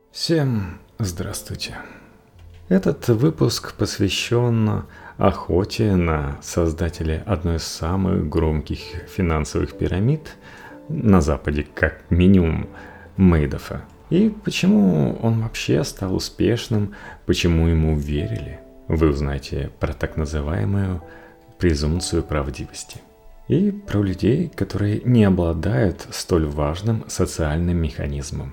Всем здравствуйте. Этот выпуск посвящен охоте на создателя одной из самых громких финансовых пирамид на Западе, как минимум, Мейдофа. И почему он вообще стал успешным, почему ему верили. Вы узнаете про так называемую презумпцию правдивости. И про людей, которые не обладают столь важным социальным механизмом.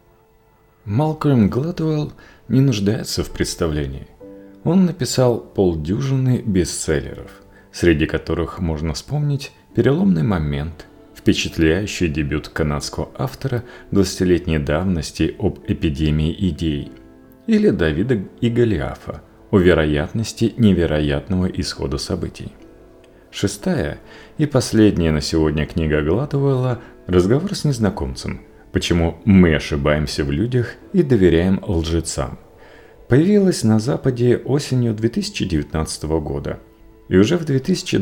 Малкольм Гладуэлл не нуждается в представлении. Он написал полдюжины бестселлеров, среди которых можно вспомнить «Переломный момент», впечатляющий дебют канадского автора 20-летней давности об эпидемии идей, или «Давида и Голиафа» о вероятности невероятного исхода событий. Шестая и последняя на сегодня книга Гладуэлла «Разговор с незнакомцем. Почему мы ошибаемся в людях и доверяем лжецам», появилась на Западе осенью 2019 года и уже в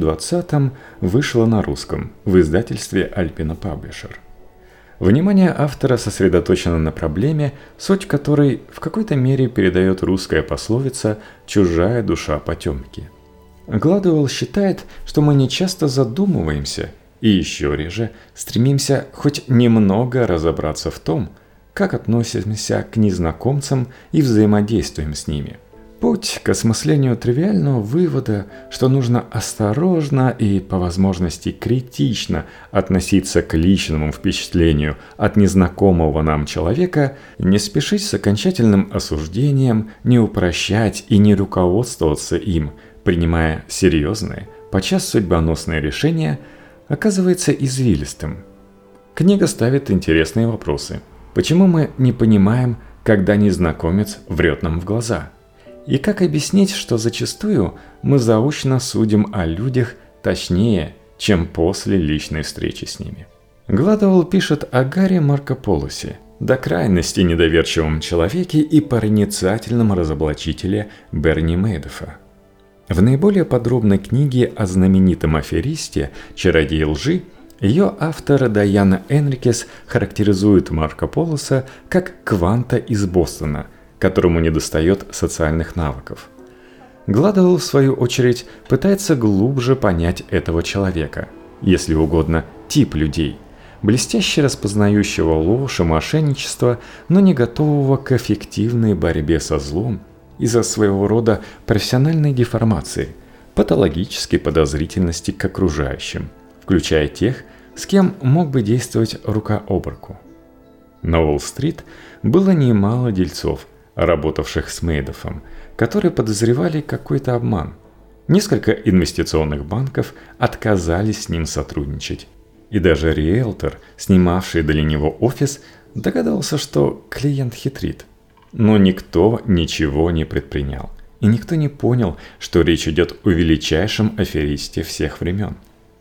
2020 вышла на русском в издательстве Альпина Паблишер. Внимание автора сосредоточено на проблеме, суть которой в какой-то мере передает русская пословица «чужая душа потемки». Гладуэлл считает, что мы нечасто задумываемся и еще реже стремимся хоть немного разобраться в том, как относимся к незнакомцам и взаимодействуем с ними. Путь к осмыслению тривиального вывода, что нужно осторожно и по возможности критично относиться к личному впечатлению от незнакомого нам человека, не спешить с окончательным осуждением, не упрощать и не руководствоваться им, принимая серьезные, подчас судьбоносные решения, оказывается извилистым. Книга ставит интересные вопросы. Почему мы не понимаем, когда незнакомец врет нам в глаза? И как объяснить, что зачастую мы заочно судим о людях точнее, чем после личной встречи с ними? Гладуэлл пишет о Гарри Марко Полосе, до крайности недоверчивом человеке и проницательном разоблачителе Берни Мейдофа. В наиболее подробной книге о знаменитом аферисте «Чародей лжи» ее автор Дайана Энрикес характеризует Марко Полоса как кванта из Бостона, которому недостает социальных навыков. Гладуэлл, в свою очередь, пытается глубже понять этого человека, если угодно, тип людей, блестяще распознающего ложь и мошенничество, но не готового к эффективной борьбе со злом, из-за своего рода профессиональной деформации, патологической подозрительности к окружающим, включая тех, с кем мог бы действовать рука об руку. На Уолл-стрит было немало дельцов, работавших с Мейдофом, которые подозревали какой-то обман. Несколько инвестиционных банков отказались с ним сотрудничать. И даже риэлтор, снимавший для него офис, догадался, что клиент хитрит. Но никто ничего не предпринял, и никто не понял, что речь идет о величайшем аферисте всех времен.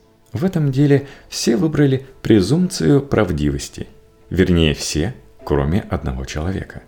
В этом деле все выбрали презумпцию правдивости, вернее все, кроме одного человека.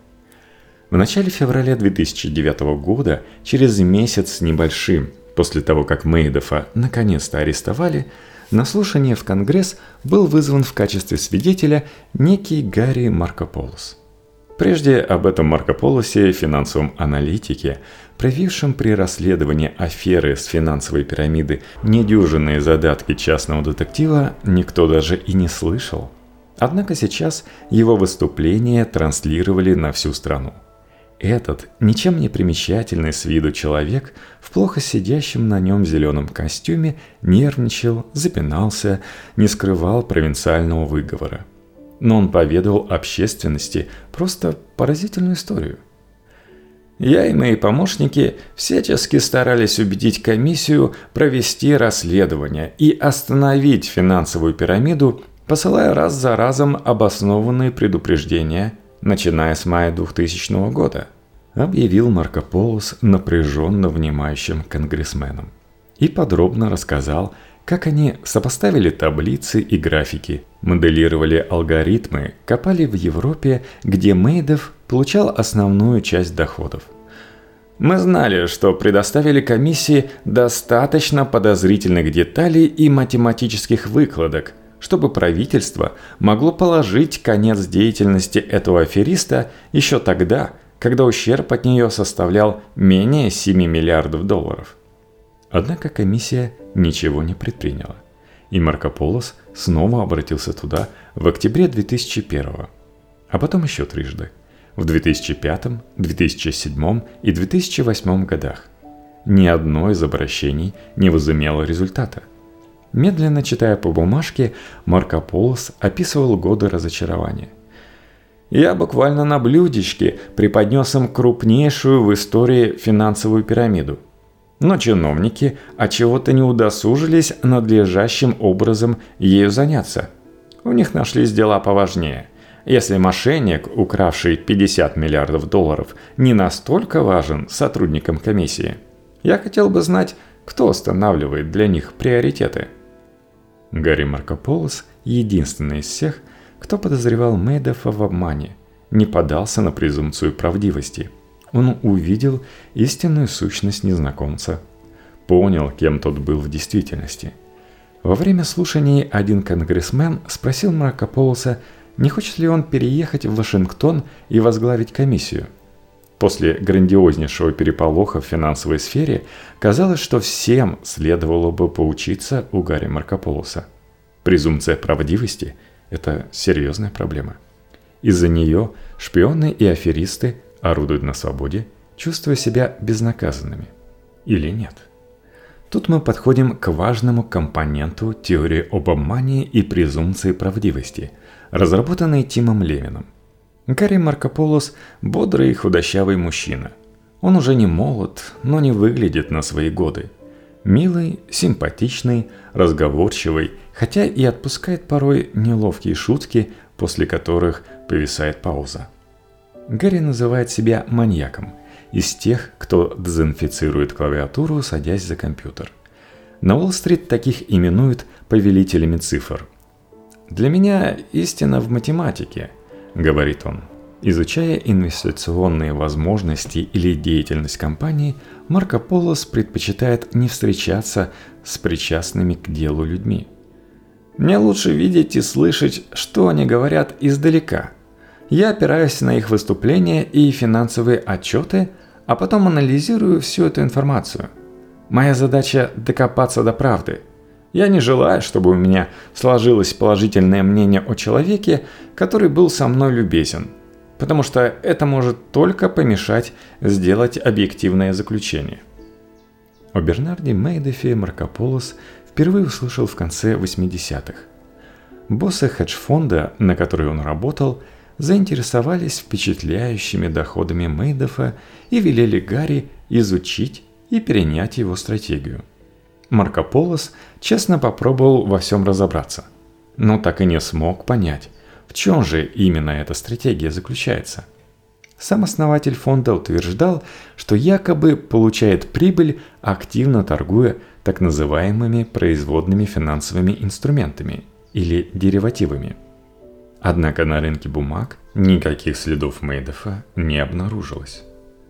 В начале февраля 2009 года, через месяц с небольшим, после того, как Мейдофа наконец-то арестовали, на слушание в Конгресс был вызван в качестве свидетеля некий Гарри Марко Полос. Прежде об этом Марко Полосе, финансовом аналитике, проявившем при расследовании аферы с финансовой пирамиды недюжинные задатки частного детектива, никто даже и не слышал. Однако сейчас его выступления транслировали на всю страну. Этот ничем не примечательный с виду человек в плохо сидящем на нем зеленом костюме нервничал, запинался, не скрывал провинциального выговора. Но он поведал общественности просто поразительную историю. Я и мои помощники всячески старались убедить комиссию провести расследование и остановить финансовую пирамиду, посылая раз за разом обоснованные предупреждения, начиная с мая 2000 года, объявил Марко Полос напряженно внимающим конгрессменам и подробно рассказал, как они сопоставили таблицы и графики, моделировали алгоритмы, копали в Европе, где Мейдоф получал основную часть доходов. Мы знали, что предоставили комиссии достаточно подозрительных деталей и математических выкладок, чтобы правительство могло положить конец деятельности этого афериста еще тогда, когда ущерб от нее составлял менее 7 миллиардов долларов. Однако комиссия ничего не предприняла, и Марко Полос снова обратился туда в октябре 2001, а потом еще трижды, в 2005, 2007 и 2008 годах. Ни одно из обращений не возымело результата. Медленно читая по бумажке, Марко Полос описывал годы разочарования. «Я буквально на блюдечке преподнес им крупнейшую в истории финансовую пирамиду. Но чиновники отчего-то не удосужились надлежащим образом ею заняться. У них нашлись дела поважнее. Если мошенник, укравший 50 миллиардов долларов, не настолько важен сотрудникам комиссии, я хотел бы знать, кто устанавливает для них приоритеты». Гарри Марко Полос, единственный из всех, кто подозревал Мейдоффа в обмане, не поддался на презумпцию правдивости. Он увидел истинную сущность незнакомца, понял, кем тот был в действительности. Во время слушаний один конгрессмен спросил Марко Полоса, не хочет ли он переехать в Вашингтон и возглавить комиссию. После грандиознейшего переполоха в финансовой сфере казалось, что всем следовало бы поучиться у Гарри Марко Полоса. Презумпция правдивости – это серьезная проблема. Из-за нее шпионы и аферисты орудуют на свободе, чувствуя себя безнаказанными. Или нет? Тут мы подходим к важному компоненту теории об обмане и презумпции правдивости, разработанной Тимом Левином. Гарри Марко Полос – бодрый и худощавый мужчина. Он уже не молод, но не выглядит на свои годы. Милый, симпатичный, разговорчивый, хотя и отпускает порой неловкие шутки, после которых повисает пауза. Гарри называет себя маньяком, из тех, кто дезинфицирует клавиатуру, садясь за компьютер. На Уолл-стрит таких именуют повелителями цифр. «Для меня истина в математике», — говорит он. Изучая инвестиционные возможности или деятельность компании, Марко Полос предпочитает не встречаться с причастными к делу людьми. «Мне лучше видеть и слышать, что они говорят издалека. Я опираюсь на их выступления и финансовые отчеты, а потом анализирую всю эту информацию. Моя задача – докопаться до правды. Я не желаю, чтобы у меня сложилось положительное мнение о человеке, который был со мной любезен, потому что это может только помешать сделать объективное заключение». О Бернарде Мейдоффе Марко Полос впервые услышал в конце 80-х. Боссы хедж-фонда, на который он работал, заинтересовались впечатляющими доходами Мейдоффа и велели Гарри изучить и перенять его стратегию. Марко Полос честно попробовал во всем разобраться, но так и не смог понять, в чем же именно эта стратегия заключается. Сам основатель фонда утверждал, что якобы получает прибыль, активно торгуя так называемыми производными финансовыми инструментами или деривативами. Однако на рынке бумаг никаких следов Мейдоффа не обнаружилось.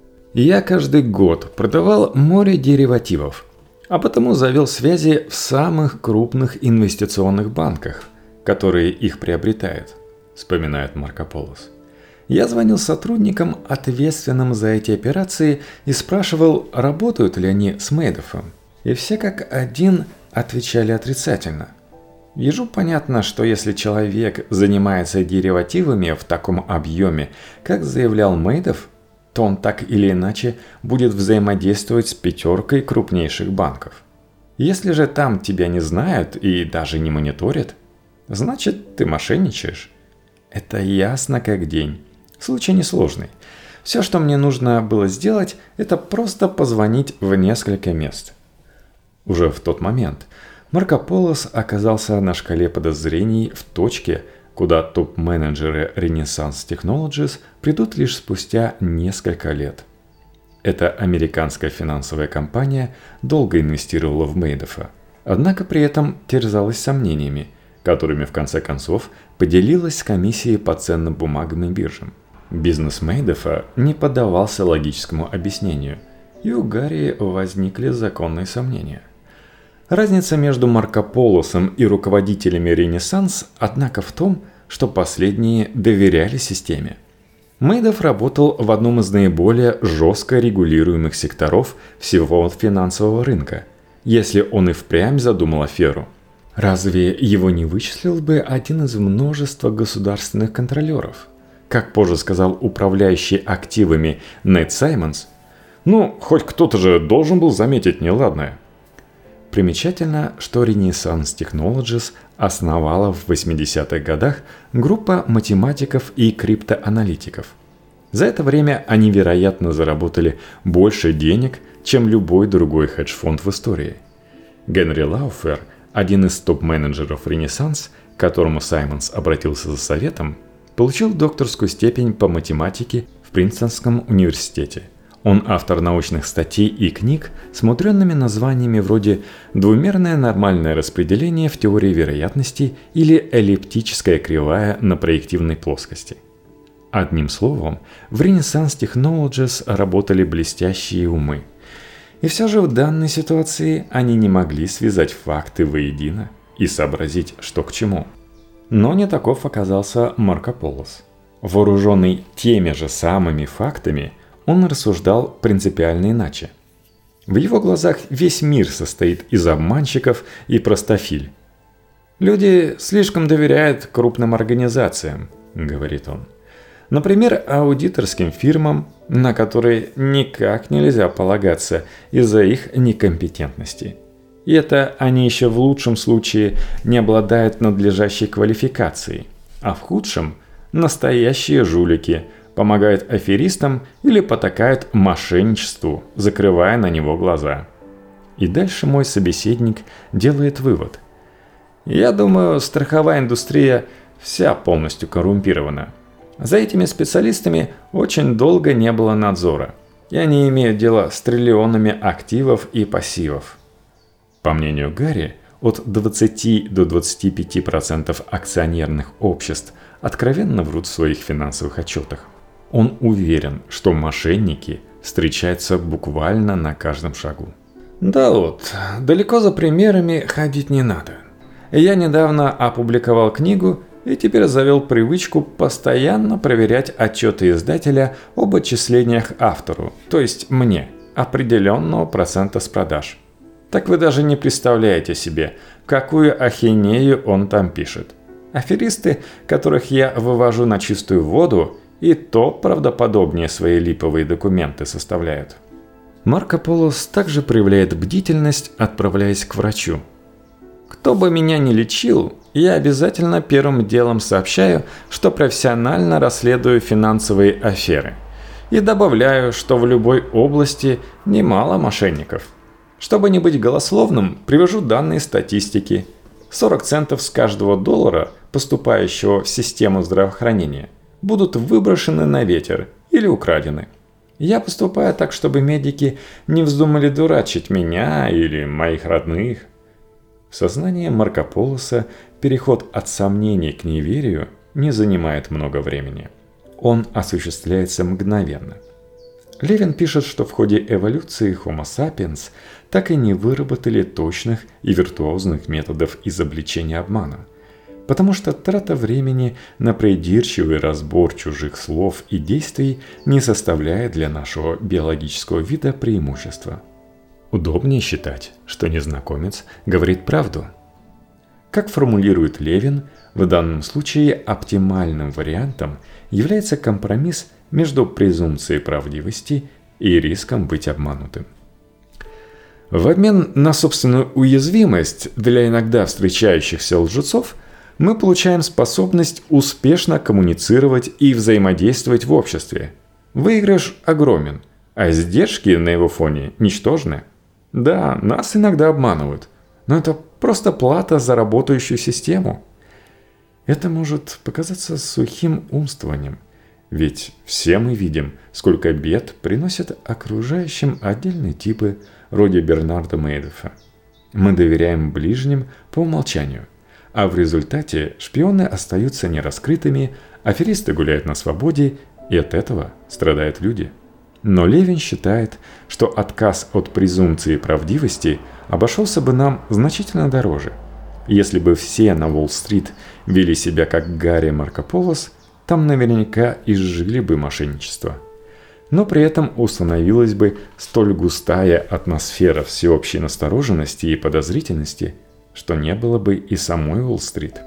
«Я каждый год продавал море деривативов, а потому завел связи в самых крупных инвестиционных банках, которые их приобретают», — вспоминает Марко Полос. «Я звонил сотрудникам, ответственным за эти операции, и спрашивал, работают ли они с Мейдоффом, и все как один отвечали отрицательно. Ежу понятно, что если человек занимается деривативами в таком объеме, как заявлял Мейдофф, то он так или иначе будет взаимодействовать с пятеркой крупнейших банков. Если же там тебя не знают и даже не мониторят, значит, ты мошенничаешь. Это ясно как день. Случай несложный. Все, что мне нужно было сделать, это просто позвонить в несколько мест». Уже в тот момент Марко Полос оказался на шкале подозрений в точке, куда топ-менеджеры Renaissance Technologies придут лишь спустя несколько лет. Эта американская финансовая компания долго инвестировала в Мейдоффа, однако при этом терзалась сомнениями, которыми в конце концов поделилась с комиссией по ценным бумагам и биржам. Бизнес Мейдоффа не поддавался логическому объяснению, и у Гарри возникли законные сомнения. Разница между Марко Полосом и руководителями Ренессанс, однако, в том, что последние доверяли системе. Мейдов работал в одном из наиболее жестко регулируемых секторов всего финансового рынка, если он и впрямь задумал аферу. Разве его не вычислил бы один из множества государственных контролеров? Как позже сказал управляющий активами Нед Саймонс, «Ну, хоть кто-то же должен был заметить неладное». Примечательно, что Renaissance Technologies основала в 80-х годах группа математиков и криптоаналитиков. За это время они, вероятно, заработали больше денег, чем любой другой хедж-фонд в истории. Генри Лауфер, один из топ-менеджеров Renaissance, к которому Саймонс обратился за советом, получил докторскую степень по математике в Принстонском университете. Он автор научных статей и книг с мудренными названиями вроде «Двумерное нормальное распределение в теории вероятностей» или «Эллиптическая кривая на проективной плоскости». Одним словом, в Renaissance Technologies работали блестящие умы. И все же в данной ситуации они не могли связать факты воедино и сообразить, что к чему. Но не таков оказался Марко Полос. Вооруженный теми же самыми фактами, он рассуждал принципиально иначе. В его глазах весь мир состоит из обманщиков и простофиль. «Люди слишком доверяют крупным организациям», — говорит он. «Например, аудиторским фирмам, на которые никак нельзя полагаться из-за их некомпетентности. И это они еще в лучшем случае не обладают надлежащей квалификацией, а в худшем – настоящие жулики – помогают аферистам или потакают мошенничеству, закрывая на него глаза». И дальше мой собеседник делает вывод. «Я думаю, страховая индустрия вся полностью коррумпирована. За этими специалистами очень долго не было надзора, и они имеют дело с триллионами активов и пассивов». По мнению Гарри, от 20 до 25% акционерных обществ откровенно врут в своих финансовых отчетах. Он уверен, что мошенники встречаются буквально на каждом шагу. Да вот, далеко за примерами ходить не надо. Я недавно опубликовал книгу и теперь завел привычку постоянно проверять отчеты издателя об отчислениях автору, то есть мне, определенного процента с продаж. Так вы даже не представляете себе, какую ахинею он там пишет. Аферисты, которых я вывожу на чистую воду, и то правдоподобнее свои липовые документы составляют. Марко Полос также проявляет бдительность, отправляясь к врачу. «Кто бы меня ни лечил, я обязательно первым делом сообщаю, что профессионально расследую финансовые аферы. И добавляю, что в любой области немало мошенников. Чтобы не быть голословным, привожу данные статистики. 40 центов с каждого доллара, поступающего в систему здравоохранения, будут выброшены на ветер или украдены. Я поступаю так, чтобы медики не вздумали дурачить меня или моих родных». В сознании Марко Полоса переход от сомнений к неверию не занимает много времени. Он осуществляется мгновенно. Левин пишет, что в ходе эволюции Homo sapiens так и не выработали точных и виртуозных методов изобличения обмана. Потому что трата времени на придирчивый разбор чужих слов и действий не составляет для нашего биологического вида преимущества. Удобнее считать, что незнакомец говорит правду. Как формулирует Левин, в данном случае оптимальным вариантом является компромисс между презумпцией правдивости и риском быть обманутым. В обмен на собственную уязвимость для иногда встречающихся лжецов мы получаем способность успешно коммуницировать и взаимодействовать в обществе. Выигрыш огромен, а издержки на его фоне ничтожны. Да, нас иногда обманывают, но это просто плата за работающую систему. Это может показаться сухим умствованием, ведь все мы видим, сколько бед приносят окружающим отдельные типы вроде Бернарда Мейдоффа. Мы доверяем ближним по умолчанию. А в результате шпионы остаются нераскрытыми, аферисты гуляют на свободе, и от этого страдают люди. Но Левин считает, что отказ от презумпции правдивости обошелся бы нам значительно дороже. Если бы все на Уолл-стрит вели себя как Гарри Маркополос, там наверняка изжили бы мошенничество. Но при этом установилась бы столь густая атмосфера всеобщей настороженности и подозрительности, что не было бы и самой Уолл-стрит.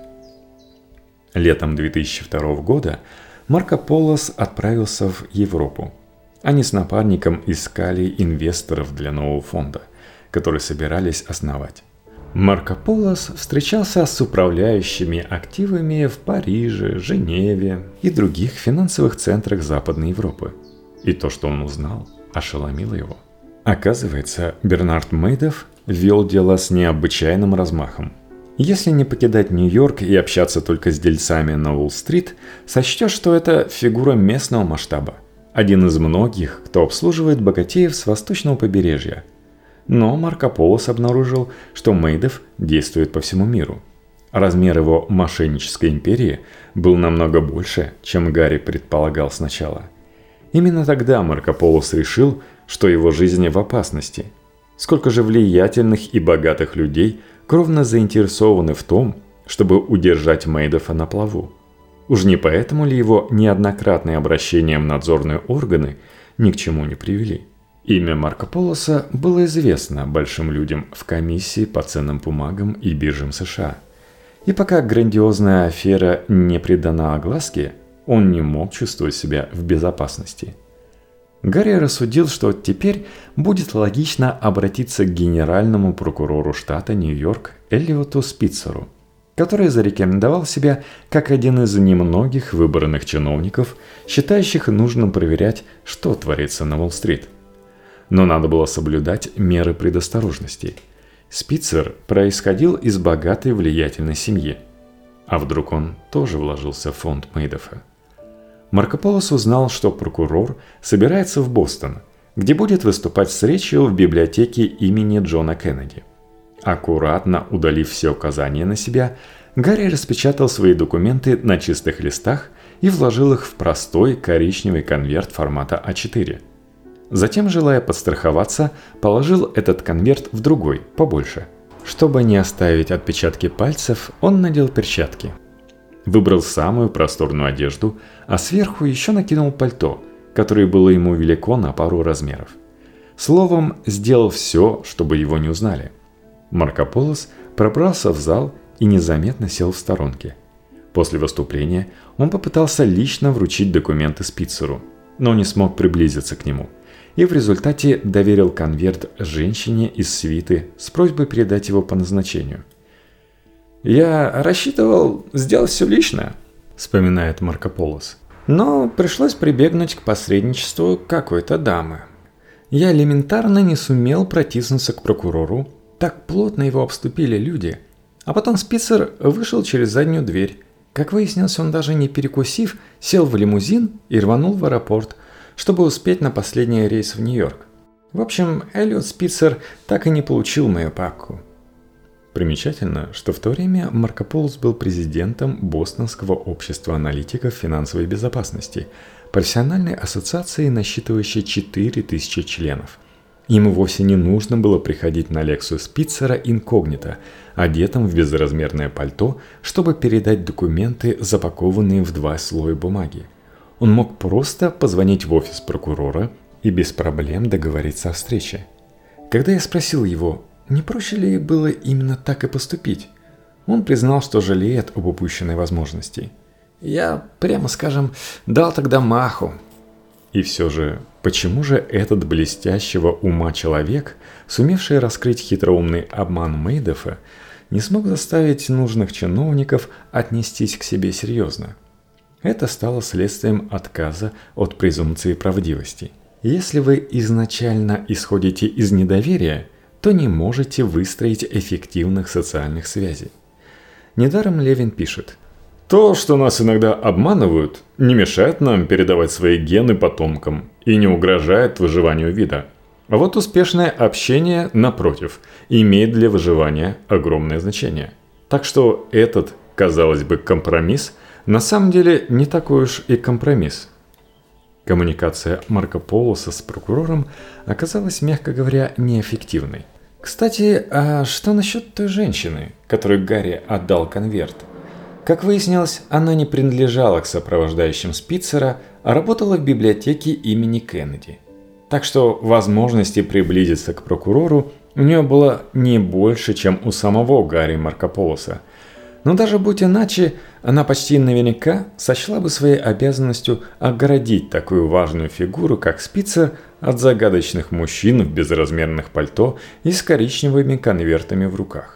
Летом 2002 года Марко Полос отправился в Европу. Они с напарником искали инвесторов для нового фонда, который собирались основать. Марко Полос встречался с управляющими активами в Париже, Женеве и других финансовых центрах Западной Европы. И то, что он узнал, ошеломило его. Оказывается, Бернард Мейдофф вел дело с необычайным размахом. Если не покидать Нью-Йорк и общаться только с дельцами на Уолл-стрит, сочтешь, что это фигура местного масштаба. Один из многих, кто обслуживает богатеев с восточного побережья. Но Марко Полос обнаружил, что Мейдофф действует по всему миру. Размер его мошеннической империи был намного больше, чем Гарри предполагал сначала. Именно тогда Марко Полос решил, что его жизнь в опасности. Сколько же влиятельных и богатых людей кровно заинтересованы в том, чтобы удержать Мейдоффа на плаву. Уж не поэтому ли его неоднократные обращения в надзорные органы ни к чему не привели? Имя Марко Полоса было известно большим людям в комиссии по ценным бумагам и биржам США. И пока грандиозная афера не придана огласке, он не мог чувствовать себя в безопасности. Гарри рассудил, что теперь будет логично обратиться к генеральному прокурору штата Нью-Йорк Эллиоту Спитцеру, который зарекомендовал себя как один из немногих выбранных чиновников, считающих нужным проверять, что творится на Уолл-стрит. Но надо было соблюдать меры предосторожности. Спитцер происходил из богатой влиятельной семьи. А вдруг он тоже вложился в фонд Мейдоффа? Марко Полос узнал, что прокурор собирается в Бостон, где будет выступать с речью в библиотеке имени Джона Кеннеди. Аккуратно удалив все указания на себя, Гарри распечатал свои документы на чистых листах и вложил их в простой коричневый конверт формата А4. Затем, желая подстраховаться, положил этот конверт в другой, побольше. Чтобы не оставить отпечатки пальцев, он надел перчатки. Выбрал самую просторную одежду, а сверху еще накинул пальто, которое было ему велико на пару размеров. Словом, сделал все, чтобы его не узнали. Марко Полос пробрался в зал и незаметно сел в сторонке. После выступления он попытался лично вручить документы Спитцеру, но не смог приблизиться к нему, и в результате доверил конверт женщине из свиты с просьбой передать его по назначению. «Я рассчитывал сделать все лично», — вспоминает Марко Полос. «Но пришлось прибегнуть к посредничеству какой-то дамы. Я элементарно не сумел протиснуться к прокурору, так плотно его обступили люди. А потом Спитцер вышел через заднюю дверь. Как выяснилось, он даже не перекусив, сел в лимузин и рванул в аэропорт, чтобы успеть на последний рейс в Нью-Йорк. В общем, Эллиот Спитцер так и не получил мою папку». Примечательно, что в то время Марко Полос был президентом Бостонского общества аналитиков финансовой безопасности, профессиональной ассоциации, насчитывающей 4000 членов. Ему вовсе не нужно было приходить на лекцию Спитцера инкогнито, одетым в безразмерное пальто, чтобы передать документы, запакованные в 2 слоя бумаги. Он мог просто позвонить в офис прокурора и без проблем договориться о встрече. Когда я спросил его, не проще ли было именно так и поступить, он признал, что жалеет об упущенной возможности. «Я, прямо скажем, дал тогда маху». И все же, почему же этот блестящего ума человек, сумевший раскрыть хитроумный обман Мейдоффа, не смог заставить нужных чиновников отнестись к себе серьезно? Это стало следствием отказа от презумпции правдивости. Если вы изначально исходите из недоверия, то не можете выстроить эффективных социальных связей. Недаром Левин пишет: «То, что нас иногда обманывают, не мешает нам передавать свои гены потомкам и не угрожает выживанию вида. А вот успешное общение, напротив, имеет для выживания огромное значение. Так что этот, казалось бы, компромисс на самом деле не такой уж и компромисс». Коммуникация Марко Полоса с прокурором оказалась, мягко говоря, неэффективной. Кстати, а что насчет той женщины, которой Гарри отдал конверт? Как выяснилось, она не принадлежала к сопровождающим Спицера, а работала в библиотеке имени Кеннеди. Так что возможности приблизиться к прокурору у нее было не больше, чем у самого Гарри Марко Полоса. Но даже будь иначе, она почти наверняка сочла бы своей обязанностью оградить такую важную фигуру, как Спицер, от загадочных мужчин в безразмерных пальто и с коричневыми конвертами в руках.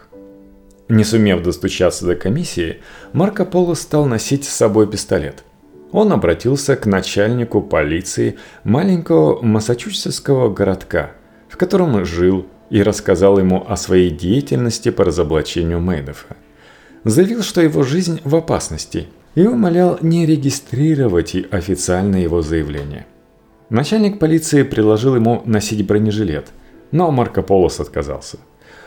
Не сумев достучаться до комиссии, Марко Поло стал носить с собой пистолет. Он обратился к начальнику полиции маленького массачусетского городка, в котором жил, и рассказал ему о своей деятельности по разоблачению Мейдоффа. Заявил, что его жизнь в опасности, и умолял не регистрировать и официально его заявление. Начальник полиции предложил ему носить бронежилет, но Марко Полос отказался.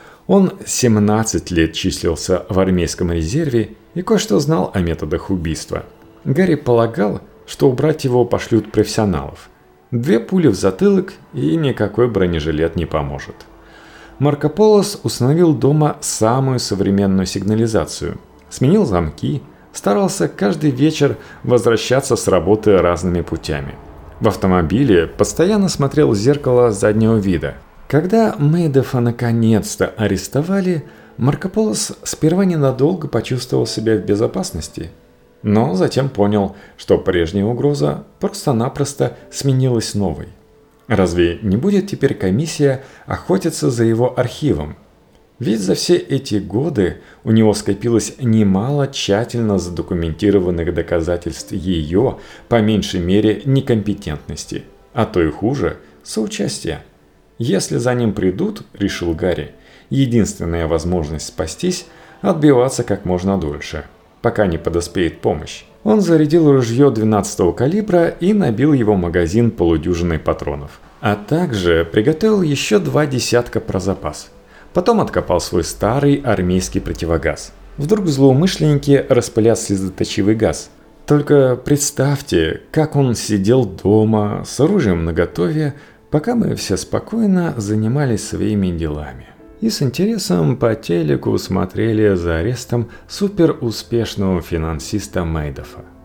Он 17 лет числился в армейском резерве и кое-что знал о методах убийства. Гарри полагал, что убрать его пошлют профессионалов. 2 пули в затылок, и никакой бронежилет не поможет. Марко Полос установил дома самую современную сигнализацию, сменил замки, старался каждый вечер возвращаться с работы разными путями. В автомобиле постоянно смотрел в зеркало заднего вида. Когда Мейдоффа наконец-то арестовали, Марко Полос сперва ненадолго почувствовал себя в безопасности, но затем понял, что прежняя угроза просто-напросто сменилась новой. Разве не будет теперь комиссия охотиться за его архивом? Ведь за все эти годы у него скопилось немало тщательно задокументированных доказательств ее, по меньшей мере, некомпетентности, а то и хуже – соучастия. Если за ним придут, решил Гарри, единственная возможность спастись – отбиваться как можно дольше, пока не подоспеет помощь. Он зарядил ружье 12-го калибра и набил его магазин полудюжиной патронов. А также приготовил еще 2 десятка про запас. Потом откопал свой старый армейский противогаз. Вдруг злоумышленники распылят слезоточивый газ. Только представьте, как он сидел дома с оружием наготове, пока мы все спокойно занимались своими делами. И с интересом по телеку смотрели за арестом суперуспешного финансиста Мейдоффа.